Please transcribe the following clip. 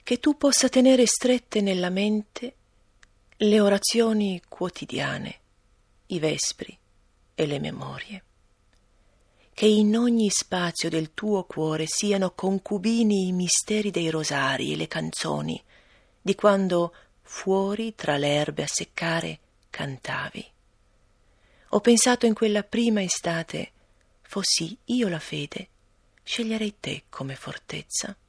che tu possa tenere strette nella mente le orazioni quotidiane, i vespri e le memorie, che in ogni spazio del tuo cuore siano concubini i misteri dei rosari e le canzoni di quando fuori tra le erbe a seccare cantavi. Ho pensato in quella prima estate, fossi io la fede, sceglierei te come fortezza.